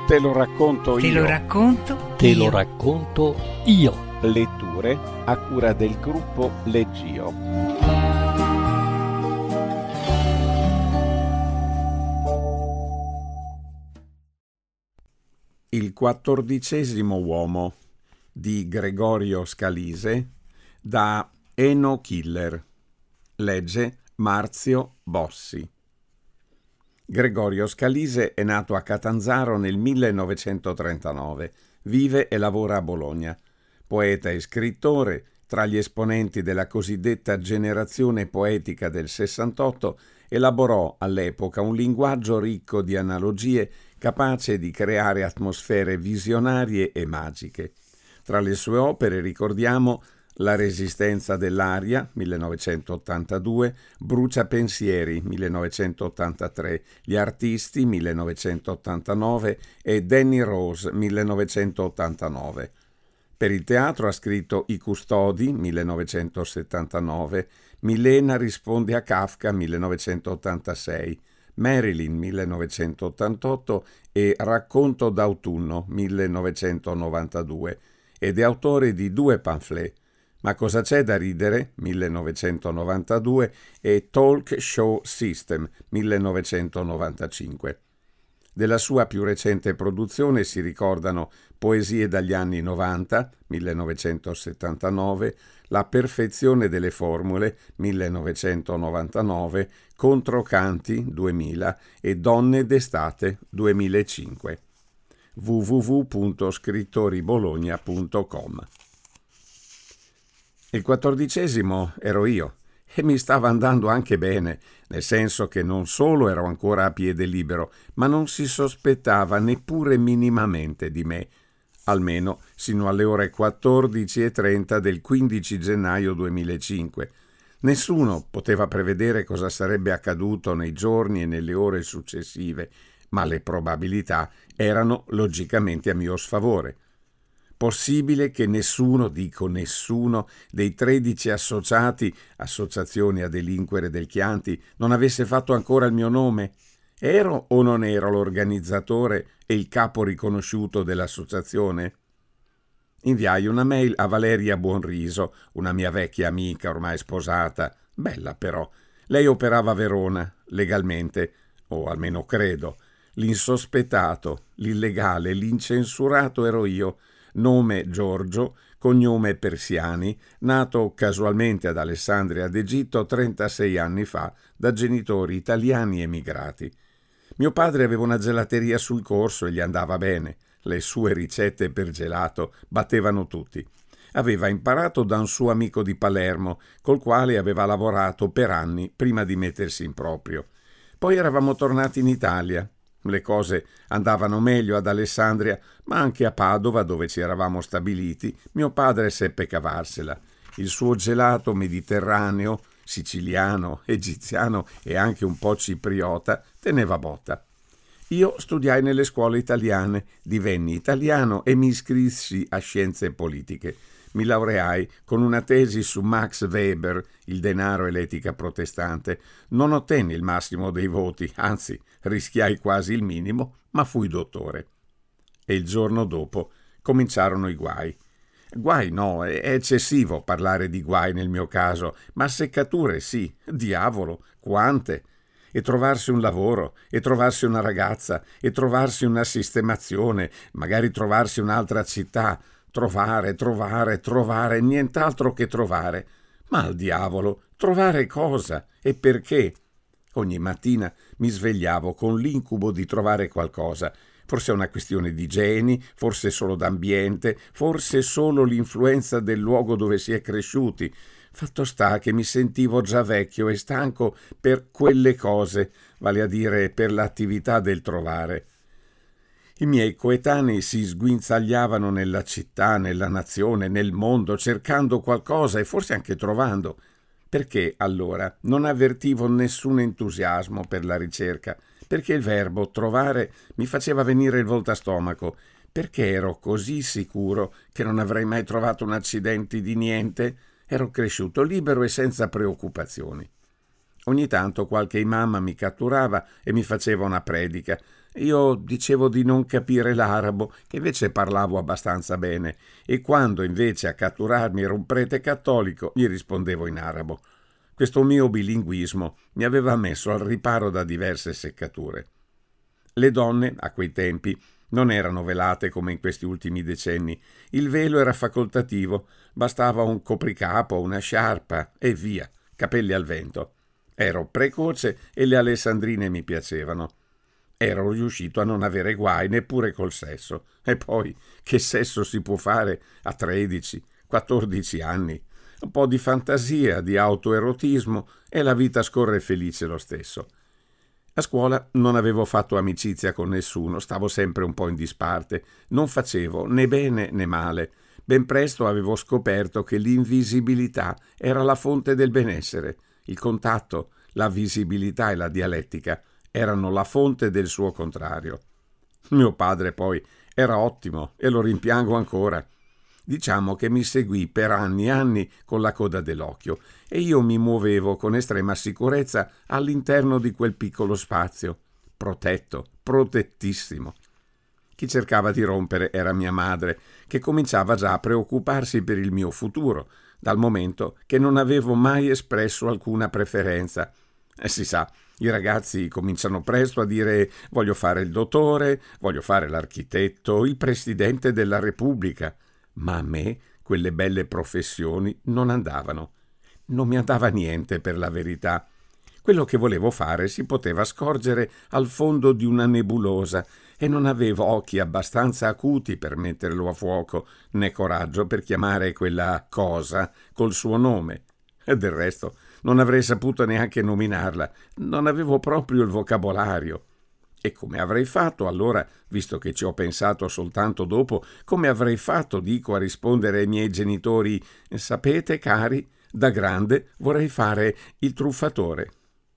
Te lo racconto Te io. lo racconto Te io. lo racconto io. Letture a cura del gruppo Leggio. Il 14° uomo di Gregorio Scalise da Eno Killer. Legge Marzio Bossi. Gregorio Scalise è nato a Catanzaro nel 1939. Vive e lavora a Bologna. Poeta e scrittore, tra gli esponenti della cosiddetta generazione poetica del 68, elaborò all'epoca un linguaggio ricco di analogie capace di creare atmosfere visionarie e magiche. Tra le sue opere ricordiamo La resistenza dell'aria, 1982, Bruciapensieri, 1983, Gli artisti, 1989 e Danny Rose, 1989. Per il teatro ha scritto I custodi, 1979, Milena risponde a Kafka, 1986, Marilyn, 1988 e Racconto d'autunno, 1992, ed è autore di 2 pamphlet, Ma cosa c'è da ridere, 1992, e Talk Show System, 1995. Della sua più recente produzione si ricordano Poesie dagli anni 90, 1979, La perfezione delle formule, 1999, Controcanti, 2000 e Donne d'estate, 2005. www.scrittoribologna.com. Il 14° ero io e mi stava andando anche bene, nel senso che non solo ero ancora a piede libero, ma non si sospettava neppure minimamente di me, almeno sino alle ore 14:30 del 15 gennaio 2005. Nessuno poteva prevedere cosa sarebbe accaduto nei giorni e nelle ore successive, ma le probabilità erano logicamente a mio sfavore. Possibile che nessuno, dico nessuno, dei 13 associati, associazioni a delinquere del Chianti, non avesse fatto ancora il mio nome? Ero o non ero l'organizzatore e il capo riconosciuto dell'associazione? Inviai una mail a Valeria Buonriso, una mia vecchia amica ormai sposata, bella però. Lei operava a Verona, legalmente, o almeno credo. L'insospettato, l'illegale, l'incensurato ero io. Nome Giorgio, cognome Persiani, nato casualmente ad Alessandria d'Egitto 36 anni fa da genitori italiani emigrati. Mio padre aveva una gelateria sul corso e gli andava bene. Le sue ricette per gelato battevano tutti. Aveva imparato da un suo amico di Palermo, col quale aveva lavorato per anni prima di mettersi in proprio. Poi eravamo tornati in Italia. Le cose andavano meglio ad Alessandria, ma anche a Padova, dove ci eravamo stabiliti, mio padre seppe cavarsela. Il suo gelato mediterraneo, siciliano, egiziano e anche un po' cipriota teneva botta. Io studiai nelle scuole italiane, divenni italiano e mi iscrissi a scienze politiche. Mi laureai con una tesi su Max Weber, il denaro e l'etica protestante. Non ottenni il massimo dei voti, anzi rischiai quasi il minimo, ma fui dottore. E il giorno dopo cominciarono i guai. Guai no, è eccessivo parlare di guai nel mio caso, ma seccature sì, diavolo, quante! E trovarsi un lavoro, e trovarsi una ragazza, e trovarsi una sistemazione, magari trovarsi un'altra città, trovare, nient'altro che trovare. Ma al diavolo, trovare cosa? E perché? Ogni mattina mi svegliavo con l'incubo di trovare qualcosa. Forse è una questione di geni, forse solo d'ambiente, forse solo l'influenza del luogo dove si è cresciuti. Fatto sta che mi sentivo già vecchio e stanco per quelle cose, vale a dire per l'attività del trovare. I miei coetanei si sguinzagliavano nella città, nella nazione, nel mondo, cercando qualcosa e forse anche trovando. Perché allora non avvertivo nessun entusiasmo per la ricerca? Perché il verbo trovare mi faceva venire il voltastomaco? Perché ero così sicuro che non avrei mai trovato un accidente di niente? Ero cresciuto libero e senza preoccupazioni. Ogni tanto qualche imam mi catturava e mi faceva una predica, Io dicevo di non capire l'arabo, che invece parlavo abbastanza bene, e quando invece a catturarmi era un prete cattolico, gli rispondevo in arabo. Questo mio bilinguismo mi aveva messo al riparo da diverse seccature. Le donne, a quei tempi, non erano velate come in questi ultimi decenni. Il velo era facoltativo, bastava un copricapo, una sciarpa e via, capelli al vento. Ero precoce e le alessandrine mi piacevano. Ero riuscito a non avere guai neppure col sesso. E poi, che sesso si può fare a 13, 14 anni? Un po' di fantasia, di autoerotismo e la vita scorre felice lo stesso. A scuola non avevo fatto amicizia con nessuno, stavo sempre un po' in disparte, non facevo né bene né male. Ben presto avevo scoperto che l'invisibilità era la fonte del benessere. Il contatto, la visibilità e la dialettica erano la fonte del suo contrario. Mio padre poi era ottimo e lo rimpiango ancora. Diciamo che mi seguì per anni e anni con la coda dell'occhio e io mi muovevo con estrema sicurezza all'interno di quel piccolo spazio, protetto, protettissimo. Chi cercava di rompere era mia madre, che cominciava già a preoccuparsi per il mio futuro, dal momento che non avevo mai espresso alcuna preferenza. E si sa, i ragazzi cominciano presto a dire voglio fare il dottore, voglio fare l'architetto, il presidente della Repubblica. Ma a me quelle belle professioni non andavano. Non mi andava niente, per la verità. Quello che volevo fare si poteva scorgere al fondo di una nebulosa e non avevo occhi abbastanza acuti per metterlo a fuoco, né coraggio per chiamare quella cosa col suo nome. E del resto non avrei saputo neanche nominarla, non avevo proprio il vocabolario. E come avrei fatto allora, visto che ci ho pensato soltanto dopo, come avrei fatto, dico, a rispondere ai miei genitori: sapete, cari, da grande vorrei fare il truffatore.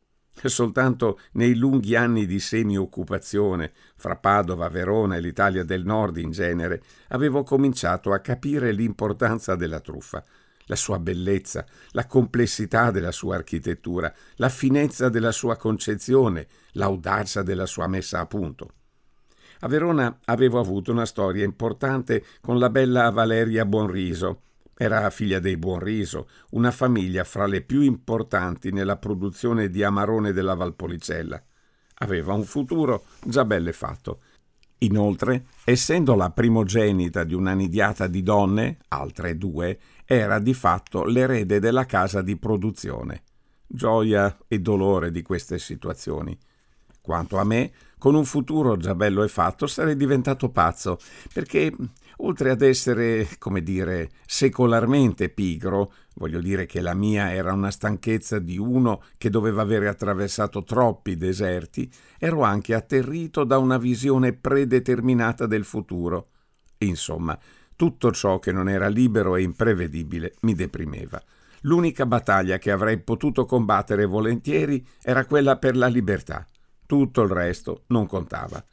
Soltanto nei lunghi anni di semi-occupazione, fra Padova, Verona e l'Italia del Nord in genere, avevo cominciato a capire l'importanza della truffa. La sua bellezza, la complessità della sua architettura, la finezza della sua concezione, l'audacia della sua messa a punto. A Verona avevo avuto una storia importante con la bella Valeria Buonriso. Era figlia dei Buonriso, una famiglia fra le più importanti nella produzione di amarone della Valpolicella. Aveva un futuro già belle fatto. Inoltre, essendo la primogenita di una nidiata di donne, altre 2, era di fatto l'erede della casa di produzione. Gioia e dolore di queste situazioni. Quanto a me, con un futuro già bello e fatto, sarei diventato pazzo, perché oltre ad essere, come dire, secolarmente pigro, voglio dire che la mia era una stanchezza di uno che doveva avere attraversato troppi deserti, ero anche atterrito da una visione predeterminata del futuro. Insomma, tutto ciò che non era libero e imprevedibile mi deprimeva. L'unica battaglia che avrei potuto combattere volentieri era quella per la libertà. Tutto il resto non contava.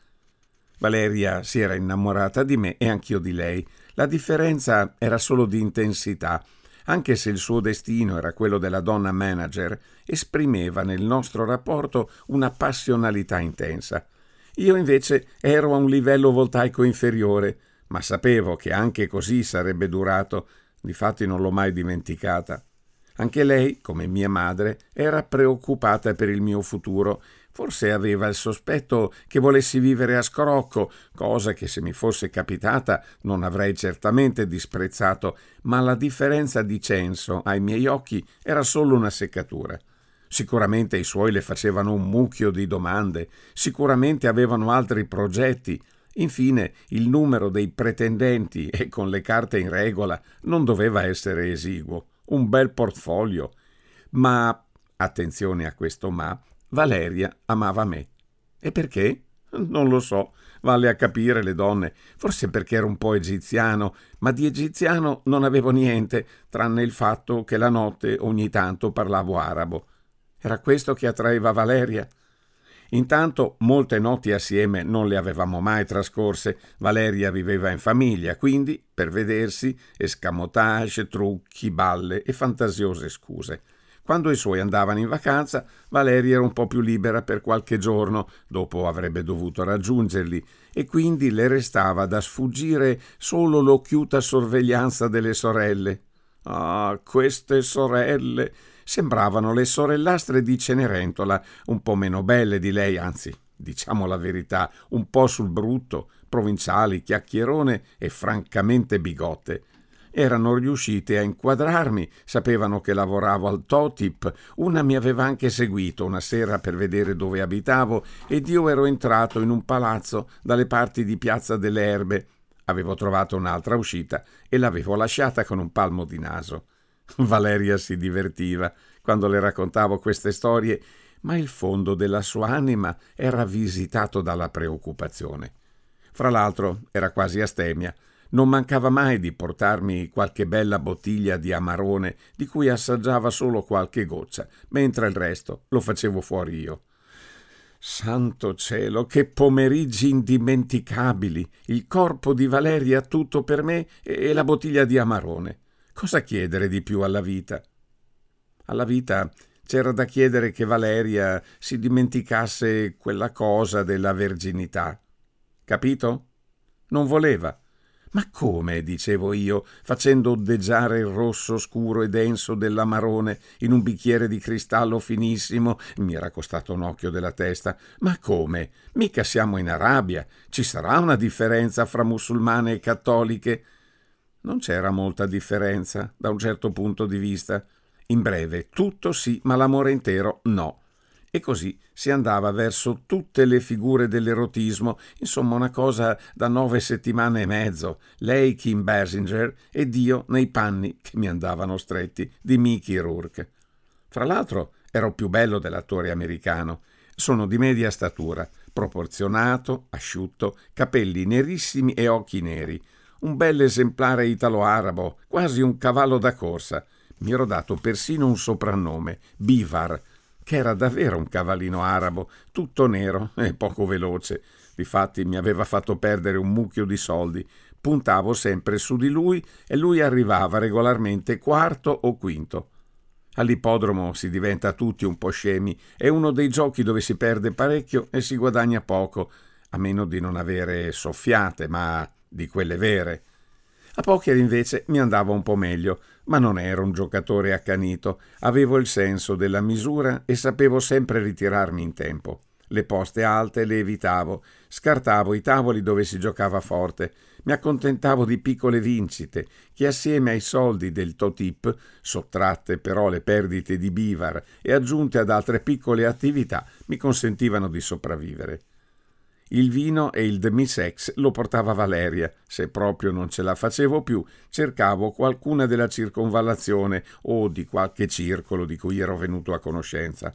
Valeria si era innamorata di me e anch'io di lei. La differenza era solo di intensità. Anche se il suo destino era quello della donna manager, esprimeva nel nostro rapporto una passionalità intensa. Io invece ero a un livello voltaico inferiore, ma sapevo che anche così sarebbe durato. Difatti non l'ho mai dimenticata. Anche lei, come mia madre, era preoccupata per il mio futuro. Forse aveva il sospetto che volessi vivere a scrocco, cosa che se mi fosse capitata non avrei certamente disprezzato, ma la differenza di censo ai miei occhi era solo una seccatura. Sicuramente i suoi le facevano un mucchio di domande, sicuramente avevano altri progetti. Infine, il numero dei pretendenti e con le carte in regola non doveva essere esiguo. Un bel portfolio. Ma, attenzione a questo ma, Valeria amava me. E perché? Non lo so, vale a capire le donne. Forse perché ero un po' egiziano, ma di egiziano non avevo niente, tranne il fatto che la notte ogni tanto parlavo arabo. Era questo che attraeva Valeria? Intanto molte notti assieme non le avevamo mai trascorse. Valeria viveva in famiglia, quindi, per vedersi, escamotage, trucchi, balle e fantasiose scuse. Quando i suoi andavano in vacanza, Valeria era un po' più libera per qualche giorno, dopo avrebbe dovuto raggiungerli, e quindi le restava da sfuggire solo l'occhiuta sorveglianza delle sorelle. Ah, queste sorelle! Sembravano le sorellastre di Cenerentola, un po' meno belle di lei, anzi, diciamo la verità, un po' sul brutto, provinciali, chiacchierone e francamente bigotte. Erano riuscite a inquadrarmi, sapevano che lavoravo al Totip, una mi aveva anche seguito una sera per vedere dove abitavo ed io ero entrato in un palazzo dalle parti di Piazza delle Erbe. Avevo trovato un'altra uscita e l'avevo lasciata con un palmo di naso. Valeria si divertiva quando le raccontavo queste storie, ma il fondo della sua anima era visitato dalla preoccupazione. Fra l'altro era quasi astemia. Non mancava mai di portarmi qualche bella bottiglia di amarone di cui assaggiava solo qualche goccia, mentre il resto lo facevo fuori io. Santo cielo, che pomeriggi indimenticabili! Il corpo di Valeria tutto per me e la bottiglia di amarone. Cosa chiedere di più alla vita? Alla vita c'era da chiedere che Valeria si dimenticasse quella cosa della verginità. Capito? Non voleva. Ma come, dicevo io, facendo oddeggiare il rosso scuro e denso dell'amarone in un bicchiere di cristallo finissimo, mi era costato un occhio della testa. Ma come? Mica siamo in Arabia. Ci sarà una differenza fra musulmane e cattoliche? Non c'era molta differenza, da un certo punto di vista. In breve, tutto sì, ma l'amore intero no. E così si andava verso tutte le figure dell'erotismo, insomma una cosa da 9 settimane e mezzo, lei Kim Basinger ed io nei panni che mi andavano stretti di Mickey Rourke. Fra l'altro ero più bello dell'attore americano, sono di media statura, proporzionato, asciutto, capelli nerissimi e occhi neri, un bel esemplare italo-arabo, quasi un cavallo da corsa. Mi ero dato persino un soprannome, Bivar, che era davvero un cavallino arabo, tutto nero e poco veloce. Difatti mi aveva fatto perdere un mucchio di soldi. Puntavo sempre su di lui e lui arrivava regolarmente quarto o quinto. All'ippodromo si diventa tutti un po' scemi, è uno dei giochi dove si perde parecchio e si guadagna poco, a meno di non avere soffiate, ma di quelle vere. A poker invece mi andava un po' meglio, ma non ero un giocatore accanito, avevo il senso della misura e sapevo sempre ritirarmi in tempo. Le poste alte le evitavo, scartavo i tavoli dove si giocava forte, mi accontentavo di piccole vincite che assieme ai soldi del Totip, sottratte però le perdite di Bivar e aggiunte ad altre piccole attività, mi consentivano di sopravvivere. Il vino e il demi-sex lo portava Valeria. Se proprio non ce la facevo più, cercavo qualcuna della circonvallazione o di qualche circolo di cui ero venuto a conoscenza.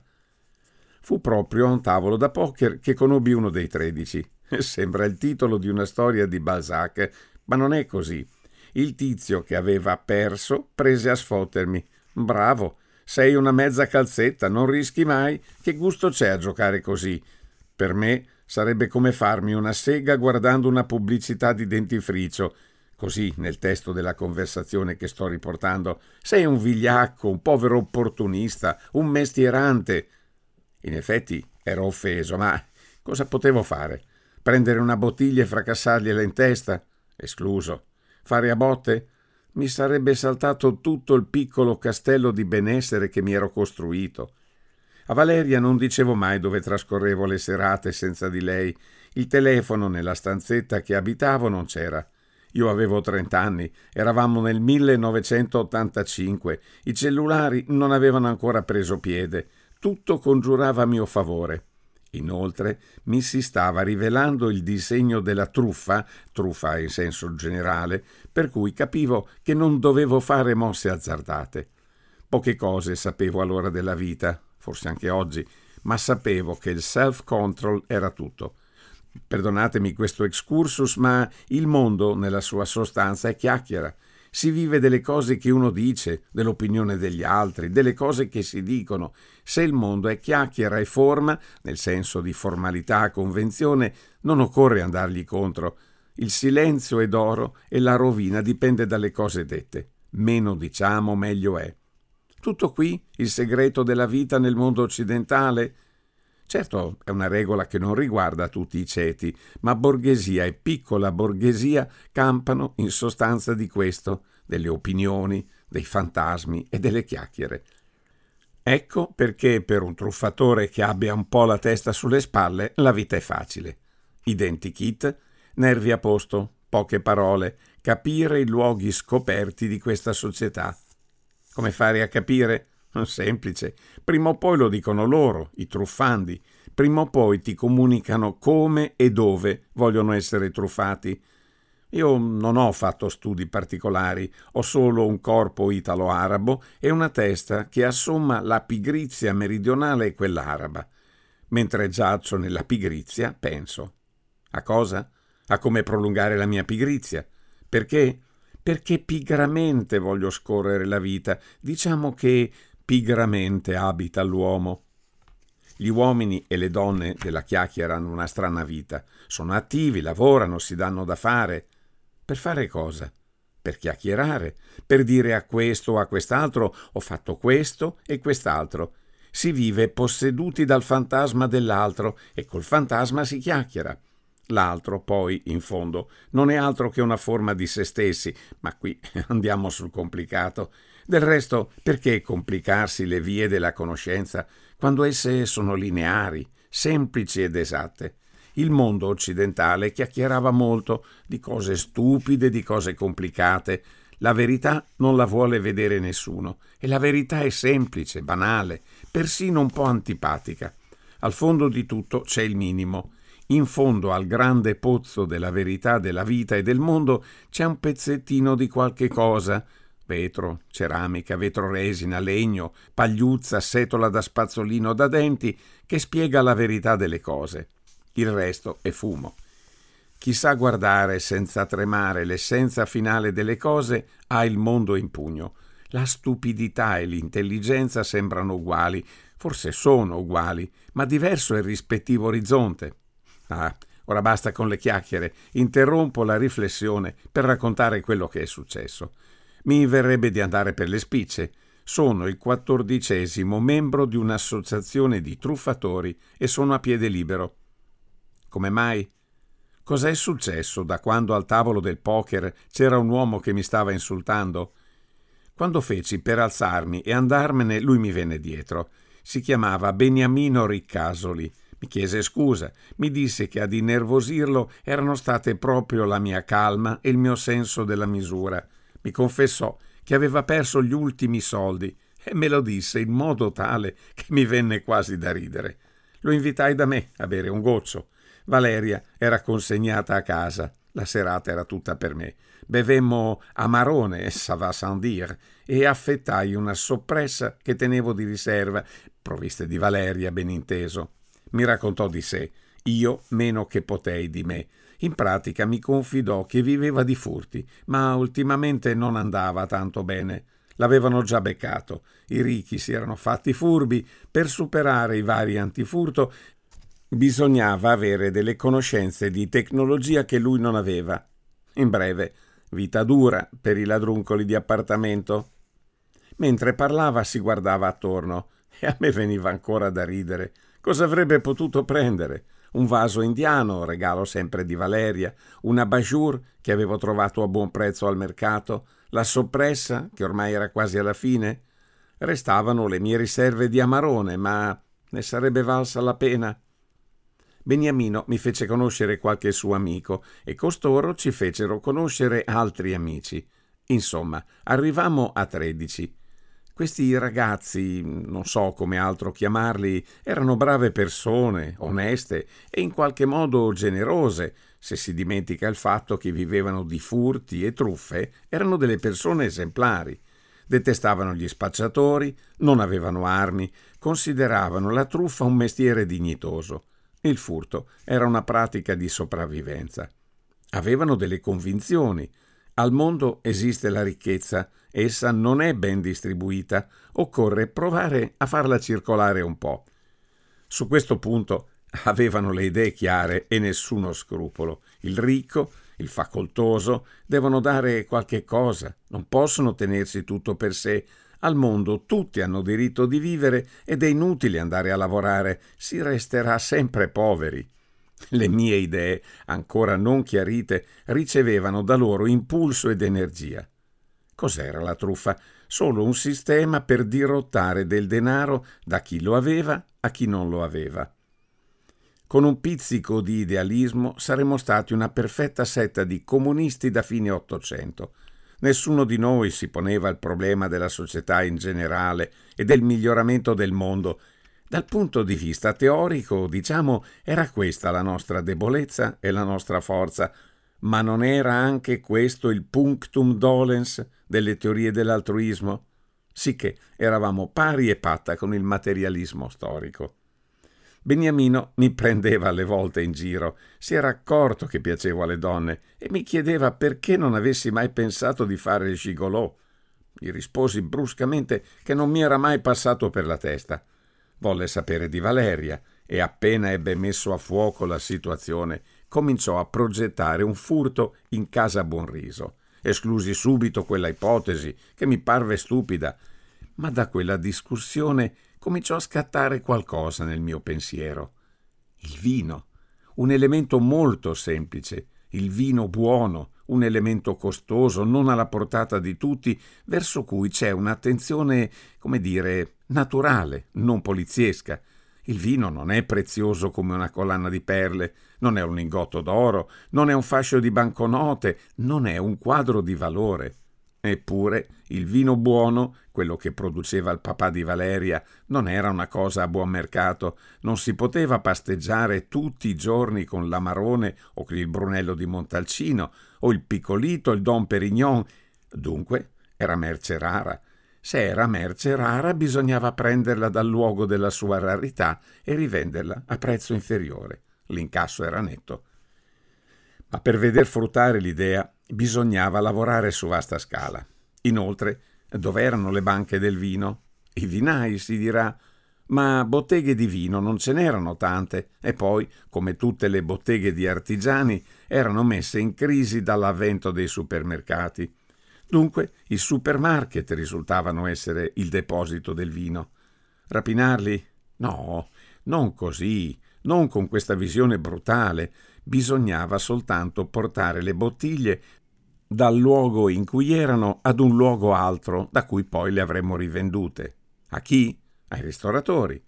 Fu proprio a un tavolo da poker che conobbi uno dei 13. Sembra il titolo di una storia di Balzac, ma non è così. Il tizio che aveva perso prese a sfottermi. Bravo, sei una mezza calzetta, non rischi mai. Che gusto c'è a giocare così? Per me sarebbe come farmi una sega guardando una pubblicità di dentifricio. Così, nel testo della conversazione che sto riportando, sei un vigliacco, un povero opportunista, un mestierante. In effetti ero offeso, ma cosa potevo fare? Prendere una bottiglia e fracassargliela in testa? Escluso. Fare a botte? Mi sarebbe saltato tutto il piccolo castello di benessere che mi ero costruito. A Valeria non dicevo mai dove trascorrevo le serate senza di lei. Il telefono nella stanzetta che abitavo non c'era. Io avevo 30 anni, eravamo nel 1985, i cellulari non avevano ancora preso piede, tutto congiurava a mio favore. Inoltre mi si stava rivelando il disegno della truffa in senso generale, per cui capivo che non dovevo fare mosse azzardate. Poche cose sapevo allora della vita, forse anche oggi, ma sapevo che il self-control era tutto. Perdonatemi questo excursus, ma il mondo nella sua sostanza è chiacchiera. Si vive delle cose che uno dice, dell'opinione degli altri, delle cose che si dicono. Se il mondo è chiacchiera e forma, nel senso di formalità, convenzione, non occorre andargli contro. Il silenzio è d'oro e la rovina dipende dalle cose dette. Meno diciamo, meglio è. Tutto qui il segreto della vita nel mondo occidentale? Certo, è una regola che non riguarda tutti i ceti, ma borghesia e piccola borghesia campano in sostanza di questo, delle opinioni, dei fantasmi e delle chiacchiere. Ecco perché per un truffatore che abbia un po' la testa sulle spalle la vita è facile. Identikit, nervi a posto, poche parole, capire i luoghi scoperti di questa società. Come fare a capire? Semplice. Prima o poi lo dicono loro, i truffandi. Prima o poi ti comunicano come e dove vogliono essere truffati. Io non ho fatto studi particolari, ho solo un corpo italo-arabo e una testa che assomma la pigrizia meridionale e quella araba. Mentre giaccio nella pigrizia, penso. A cosa? A come prolungare la mia pigrizia. Perché? Perché pigramente voglio scorrere la vita. Diciamo che pigramente abita l'uomo. Gli uomini e le donne della chiacchiera hanno una strana vita. Sono attivi, lavorano, si danno da fare. Per fare cosa? Per chiacchierare, per dire a questo o a quest'altro ho fatto questo e quest'altro. Si vive posseduti dal fantasma dell'altro e col fantasma si chiacchiera. L'altro, poi, in fondo, non è altro che una forma di se stessi, ma qui andiamo sul complicato. Del resto, perché complicarsi le vie della conoscenza quando esse sono lineari, semplici ed esatte? Il mondo occidentale chiacchierava molto di cose stupide, di cose complicate. La verità non la vuole vedere nessuno e la verità è semplice, banale, persino un po' antipatica. Al fondo di tutto c'è il minimo. In fondo al grande pozzo della verità della vita e del mondo c'è un pezzettino di qualche cosa. Vetro, ceramica, vetroresina, legno, pagliuzza, setola da spazzolino da denti, che spiega la verità delle cose. Il resto è fumo. Chi sa guardare senza tremare l'essenza finale delle cose ha il mondo in pugno. La stupidità e l'intelligenza sembrano uguali, forse sono uguali, ma diverso è il rispettivo orizzonte. Ora basta con le chiacchiere, interrompo la riflessione per raccontare quello che è successo. Mi verrebbe di andare per le spicce. Sono il 14° membro di un'associazione di truffatori e sono a piede libero. Come mai? Cos'è successo da quando al tavolo del poker c'era un uomo che mi stava insultando? Quando feci per alzarmi e andarmene, lui mi venne dietro. Si chiamava Beniamino Riccasoli. Mi chiese scusa, mi disse che ad innervosirlo erano state proprio la mia calma e il mio senso della misura. Mi confessò che aveva perso gli ultimi soldi e me lo disse in modo tale che mi venne quasi da ridere. Lo invitai da me a bere un goccio. Valeria era consegnata a casa. La serata era tutta per me. Bevemmo amarone, ça va sans dire, e affettai una soppressa che tenevo di riserva, provviste di Valeria, ben inteso. Mi raccontò di sé, io meno che potei di me. In pratica mi confidò che viveva di furti, ma ultimamente non andava tanto bene. L'avevano già beccato. I ricchi si erano fatti furbi. Per superare i vari antifurto bisognava avere delle conoscenze di tecnologia che lui non aveva. In breve, vita dura per i ladruncoli di appartamento. Mentre parlava si guardava attorno e a me veniva ancora da ridere. Cosa avrebbe potuto prendere? Un vaso indiano, regalo sempre di Valeria, una bajour che avevo trovato a buon prezzo al mercato, la soppressa che ormai era quasi alla fine. Restavano le mie riserve di amarone, ma ne sarebbe valsa la pena. Beniamino mi fece conoscere qualche suo amico e costoro ci fecero conoscere altri amici. Insomma, arrivammo a 13. Questi ragazzi, non so come altro chiamarli, erano brave persone, oneste e in qualche modo generose, se si dimentica il fatto che vivevano di furti e truffe, erano delle persone esemplari. Detestavano gli spacciatori, non avevano armi, consideravano la truffa un mestiere dignitoso. Il furto era una pratica di sopravvivenza. Avevano delle convinzioni. Al mondo esiste la ricchezza, essa non è ben distribuita, occorre provare a farla circolare un po'. Su questo punto avevano le idee chiare e nessuno scrupolo. Il ricco, il facoltoso, devono dare qualche cosa, non possono tenersi tutto per sé, Al mondo tutti hanno diritto di vivere ed è inutile andare a lavorare, si resterà sempre poveri. Le mie idee, ancora non chiarite, ricevevano da loro impulso ed energia. Cos'era la truffa? Solo un sistema per dirottare del denaro da chi lo aveva a chi non lo aveva. Con un pizzico di idealismo saremmo stati una perfetta setta di comunisti da fine Ottocento. Nessuno di noi si poneva il problema della società in generale e del miglioramento del mondo. Dal punto di vista teorico, diciamo, era questa la nostra debolezza e la nostra forza, ma non era anche questo il punctum dolens delle teorie dell'altruismo? Sicché eravamo pari e patta con il materialismo storico. Beniamino mi prendeva alle volte in giro, si era accorto che piacevo alle donne e mi chiedeva perché non avessi mai pensato di fare il gigolò. Gli risposi bruscamente che non mi era mai passato per la testa. Volle sapere di Valeria e appena ebbe messo a fuoco la situazione cominciò a progettare un furto in casa Buonriso. Esclusi subito quella ipotesi che mi parve stupida, ma da quella discussione cominciò a scattare qualcosa nel mio pensiero. Il vino, un elemento molto semplice, il vino buono, un elemento costoso, non alla portata di tutti, verso cui c'è un'attenzione, come dire, naturale, non poliziesca. Il vino non è prezioso come una collana di perle, non è un lingotto d'oro, non è un fascio di banconote, non è un quadro di valore. Eppure il vino buono, quello che produceva il papà di Valeria, non era una cosa a buon mercato, non si poteva pasteggiare tutti i giorni con l'Amarone o con il Brunello di Montalcino o il Piccolito, il Dom Perignon. Dunque era merce rara. Se era merce rara bisognava prenderla dal luogo della sua rarità e rivenderla a prezzo inferiore. L'incasso era netto. Ma per veder fruttare l'idea bisognava lavorare su vasta scala. Inoltre, dov'erano le banche del vino? I vinai, si dirà, ma botteghe di vino non ce n'erano tante e poi, come tutte le botteghe di artigiani, erano messe in crisi dall'avvento dei supermercati. Dunque i supermarket risultavano essere il deposito del vino. Rapinarli? No, non così, non con questa visione brutale. Bisognava soltanto portare le bottiglie dal luogo in cui erano ad un luogo altro da cui poi le avremmo rivendute. A chi? Ai ristoratori.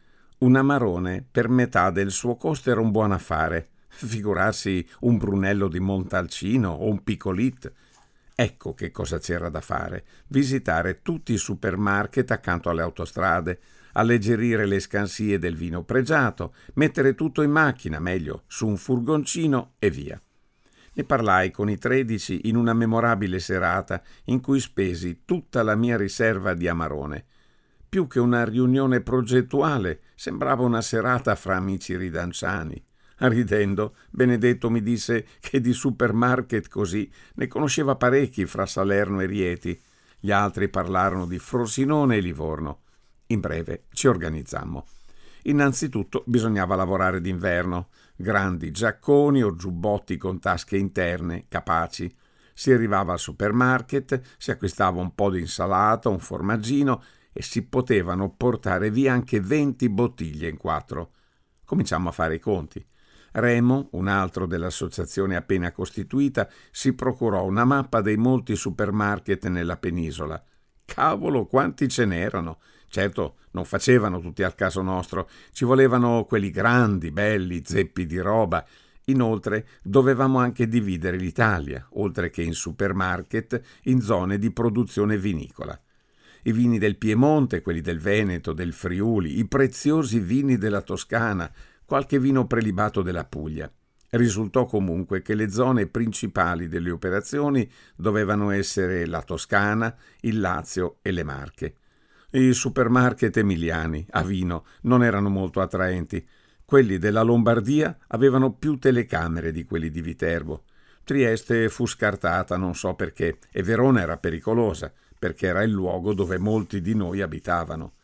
Un Amarone per metà del suo costo era un buon affare. Figurarsi un Brunello di Montalcino o un Piccolit. Ecco che cosa c'era da fare: visitare tutti i supermarket accanto alle autostrade, alleggerire le scansie del vino pregiato, mettere tutto in macchina, meglio, su un furgoncino e via. Ne parlai con i 13 in una memorabile serata in cui spesi tutta la mia riserva di Amarone. Più che una riunione progettuale, sembrava una serata fra amici ridanciani. Ridendo, Benedetto mi disse che di supermarket così ne conosceva parecchi fra Salerno e Rieti. Gli altri parlarono di Frosinone e Livorno. In breve ci organizzammo. Innanzitutto bisognava lavorare d'inverno, grandi giacconi o giubbotti con tasche interne, capaci. Si arrivava al supermarket, si acquistava un po' di insalata, un formaggino e si potevano portare via anche 20 bottiglie in 4. Cominciamo a fare i conti. Remo, un altro dell'associazione appena costituita, si procurò una mappa dei molti supermarket nella penisola. Cavolo, quanti ce n'erano! Certo, non facevano tutti al caso nostro, ci volevano quelli grandi, belli, zeppi di roba. Inoltre dovevamo anche dividere l'Italia, oltre che in supermarket, in zone di produzione vinicola. I vini del Piemonte, quelli del Veneto, del Friuli, i preziosi vini della Toscana, qualche vino prelibato della Puglia. Risultò comunque che le zone principali delle operazioni dovevano essere la Toscana, il Lazio e le Marche. I supermarket emiliani a vino non erano molto attraenti. Quelli della Lombardia avevano più telecamere di quelli di Viterbo. Trieste fu scartata, non so perché, e Verona era pericolosa, perché era il luogo dove molti di noi abitavano.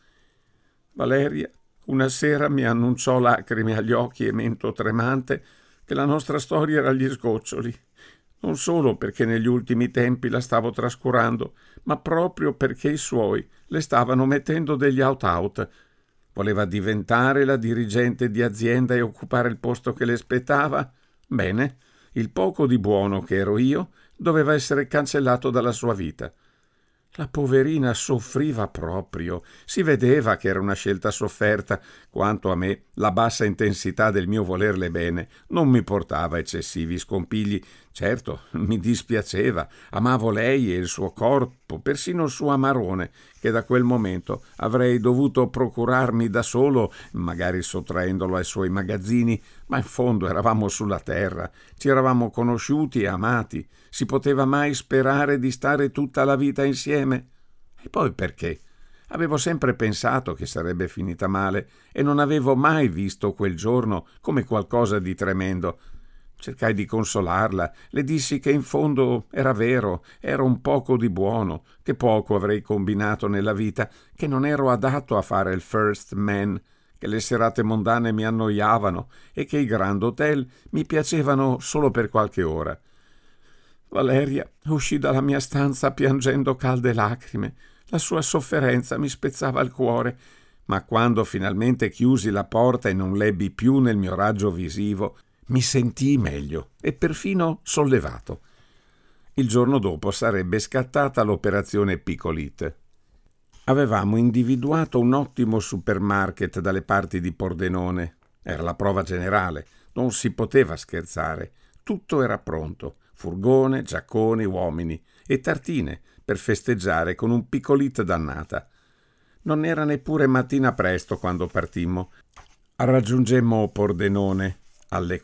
Valeria una sera mi annunciò, lacrime agli occhi e mento tremante, che la nostra storia era agli sgoccioli. non solo perché negli ultimi tempi la stavo trascurando, ma proprio perché i suoi le stavano mettendo degli out-out. Voleva diventare la dirigente di azienda e occupare il posto che le spettava? Bene, il poco di buono che ero io doveva essere cancellato dalla sua vita. La poverina soffriva proprio, si vedeva che era una scelta sofferta. Quanto a me, la bassa intensità del mio volerle bene non mi portava eccessivi scompigli. Certo, mi dispiaceva, amavo lei e il suo corpo, persino il suo amarone, che da quel momento avrei dovuto procurarmi da solo, magari sottraendolo ai suoi magazzini, ma in fondo eravamo sulla terra, ci eravamo conosciuti e amati. Si poteva mai sperare di stare tutta la vita insieme? E poi perché? Avevo sempre pensato che sarebbe finita male e non avevo mai visto quel giorno come qualcosa di tremendo. Cercai di consolarla, le dissi che in fondo era vero, ero un poco di buono, che poco avrei combinato nella vita, che non ero adatto a fare il first man, che le serate mondane mi annoiavano e che i grand hotel mi piacevano solo per qualche ora. Valeria uscì dalla mia stanza piangendo calde lacrime. La sua sofferenza mi spezzava il cuore, ma quando finalmente chiusi la porta e non l'ebbi più nel mio raggio visivo, mi sentii meglio e perfino sollevato. Il giorno dopo sarebbe scattata l'operazione Picolit. Avevamo individuato un ottimo supermarket dalle parti di Pordenone. Era la prova generale, non si poteva scherzare. Tutto era pronto. Furgone, giacconi, uomini e tartine per festeggiare con un Picolit dannata. Non era neppure mattina presto quando partimmo. Raggiungemmo Pordenone. Alle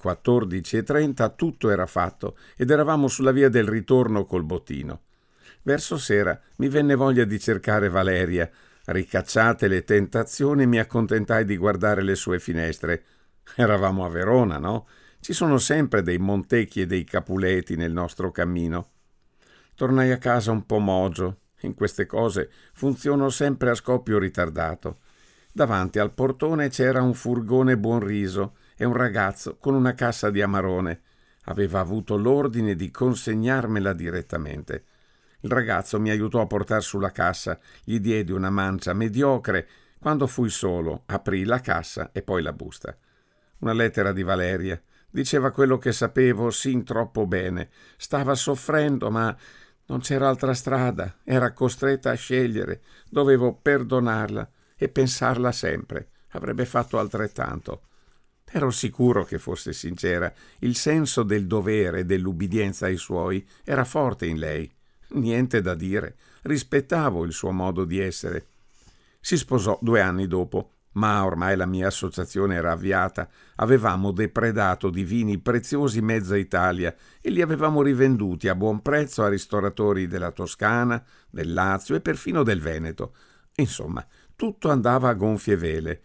14:30 tutto era fatto ed eravamo sulla via del ritorno col bottino. Verso sera mi venne voglia di cercare Valeria. Ricacciate le tentazioni, mi accontentai di guardare le sue finestre. Eravamo a Verona, no? Ci sono sempre dei Montecchi e dei Capuleti nel nostro cammino. Tornai a casa un po' mogio. In queste cose funziono sempre a scoppio ritardato. Davanti al portone c'era un furgone buon riso e un ragazzo con una cassa di amarone. Aveva avuto l'ordine di consegnarmela direttamente. Il ragazzo mi aiutò a portar su la cassa, gli diedi una mancia mediocre. Quando fui solo, aprì la cassa e poi la busta. Una lettera di Valeria. Diceva quello che sapevo sin troppo bene. Stava soffrendo, ma non c'era altra strada. Era costretta a scegliere. Dovevo perdonarla e pensarla sempre. Avrebbe fatto altrettanto. Ero sicuro che fosse sincera. Il senso del dovere e dell'ubbidienza ai suoi era forte in lei. Niente da dire. Rispettavo il suo modo di essere. Si sposò 2 anni dopo. Ma ormai la mia associazione era avviata. Avevamo depredato di vini preziosi mezza Italia e li avevamo rivenduti a buon prezzo a ristoratori della Toscana, del Lazio e perfino del Veneto. Insomma, tutto andava a gonfie vele.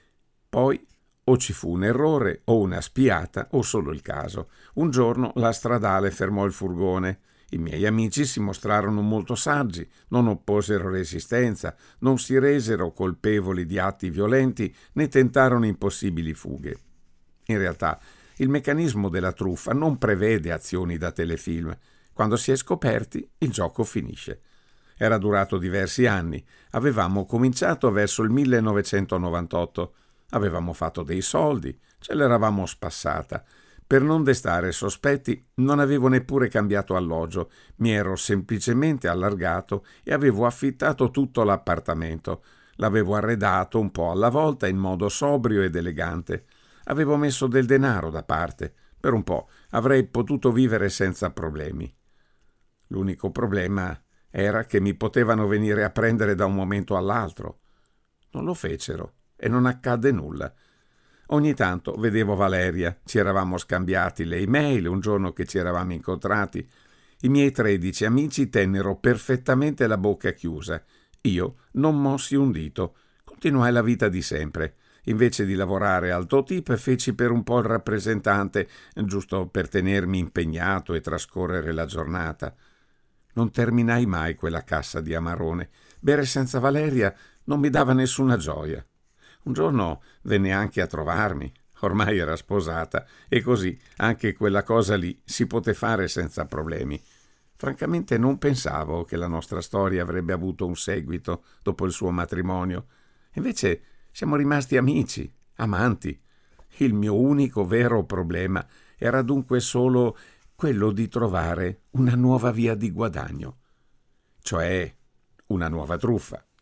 Poi o ci fu un errore o una spiata o solo il caso. Un giorno la stradale fermò il furgone. I miei amici si mostrarono molto saggi, non opposero resistenza, non si resero colpevoli di atti violenti né tentarono impossibili fughe. In realtà, il meccanismo della truffa non prevede azioni da telefilm. Quando si è scoperti, il gioco finisce. Era durato diversi anni. Avevamo cominciato verso il 1998. Avevamo fatto dei soldi, ce l'eravamo spassata. Per non destare sospetti non avevo neppure cambiato alloggio, mi ero semplicemente allargato e avevo affittato tutto l'appartamento. L'avevo arredato un po' alla volta in modo sobrio ed elegante. Avevo messo del denaro da parte. Per un po' avrei potuto vivere senza problemi. L'unico problema era che mi potevano venire a prendere da un momento all'altro. Non lo fecero e non accadde nulla. Ogni tanto vedevo Valeria, ci eravamo scambiati le email un giorno che ci eravamo incontrati. I miei 13 amici tennero perfettamente la bocca chiusa. Io non mossi un dito. Continuai la vita di sempre. Invece di lavorare al Totip feci per un po' il rappresentante, giusto per tenermi impegnato e trascorrere la giornata. Non terminai mai quella cassa di amarone. Bere senza Valeria non mi dava nessuna gioia. Un giorno venne anche a trovarmi. Ormai era sposata e così anche quella cosa lì si poté fare senza problemi. Francamente non pensavo che la nostra storia avrebbe avuto un seguito dopo il suo matrimonio. Invece siamo rimasti amici, amanti. Il mio unico vero problema era dunque solo quello di trovare una nuova via di guadagno, cioè una nuova truffa.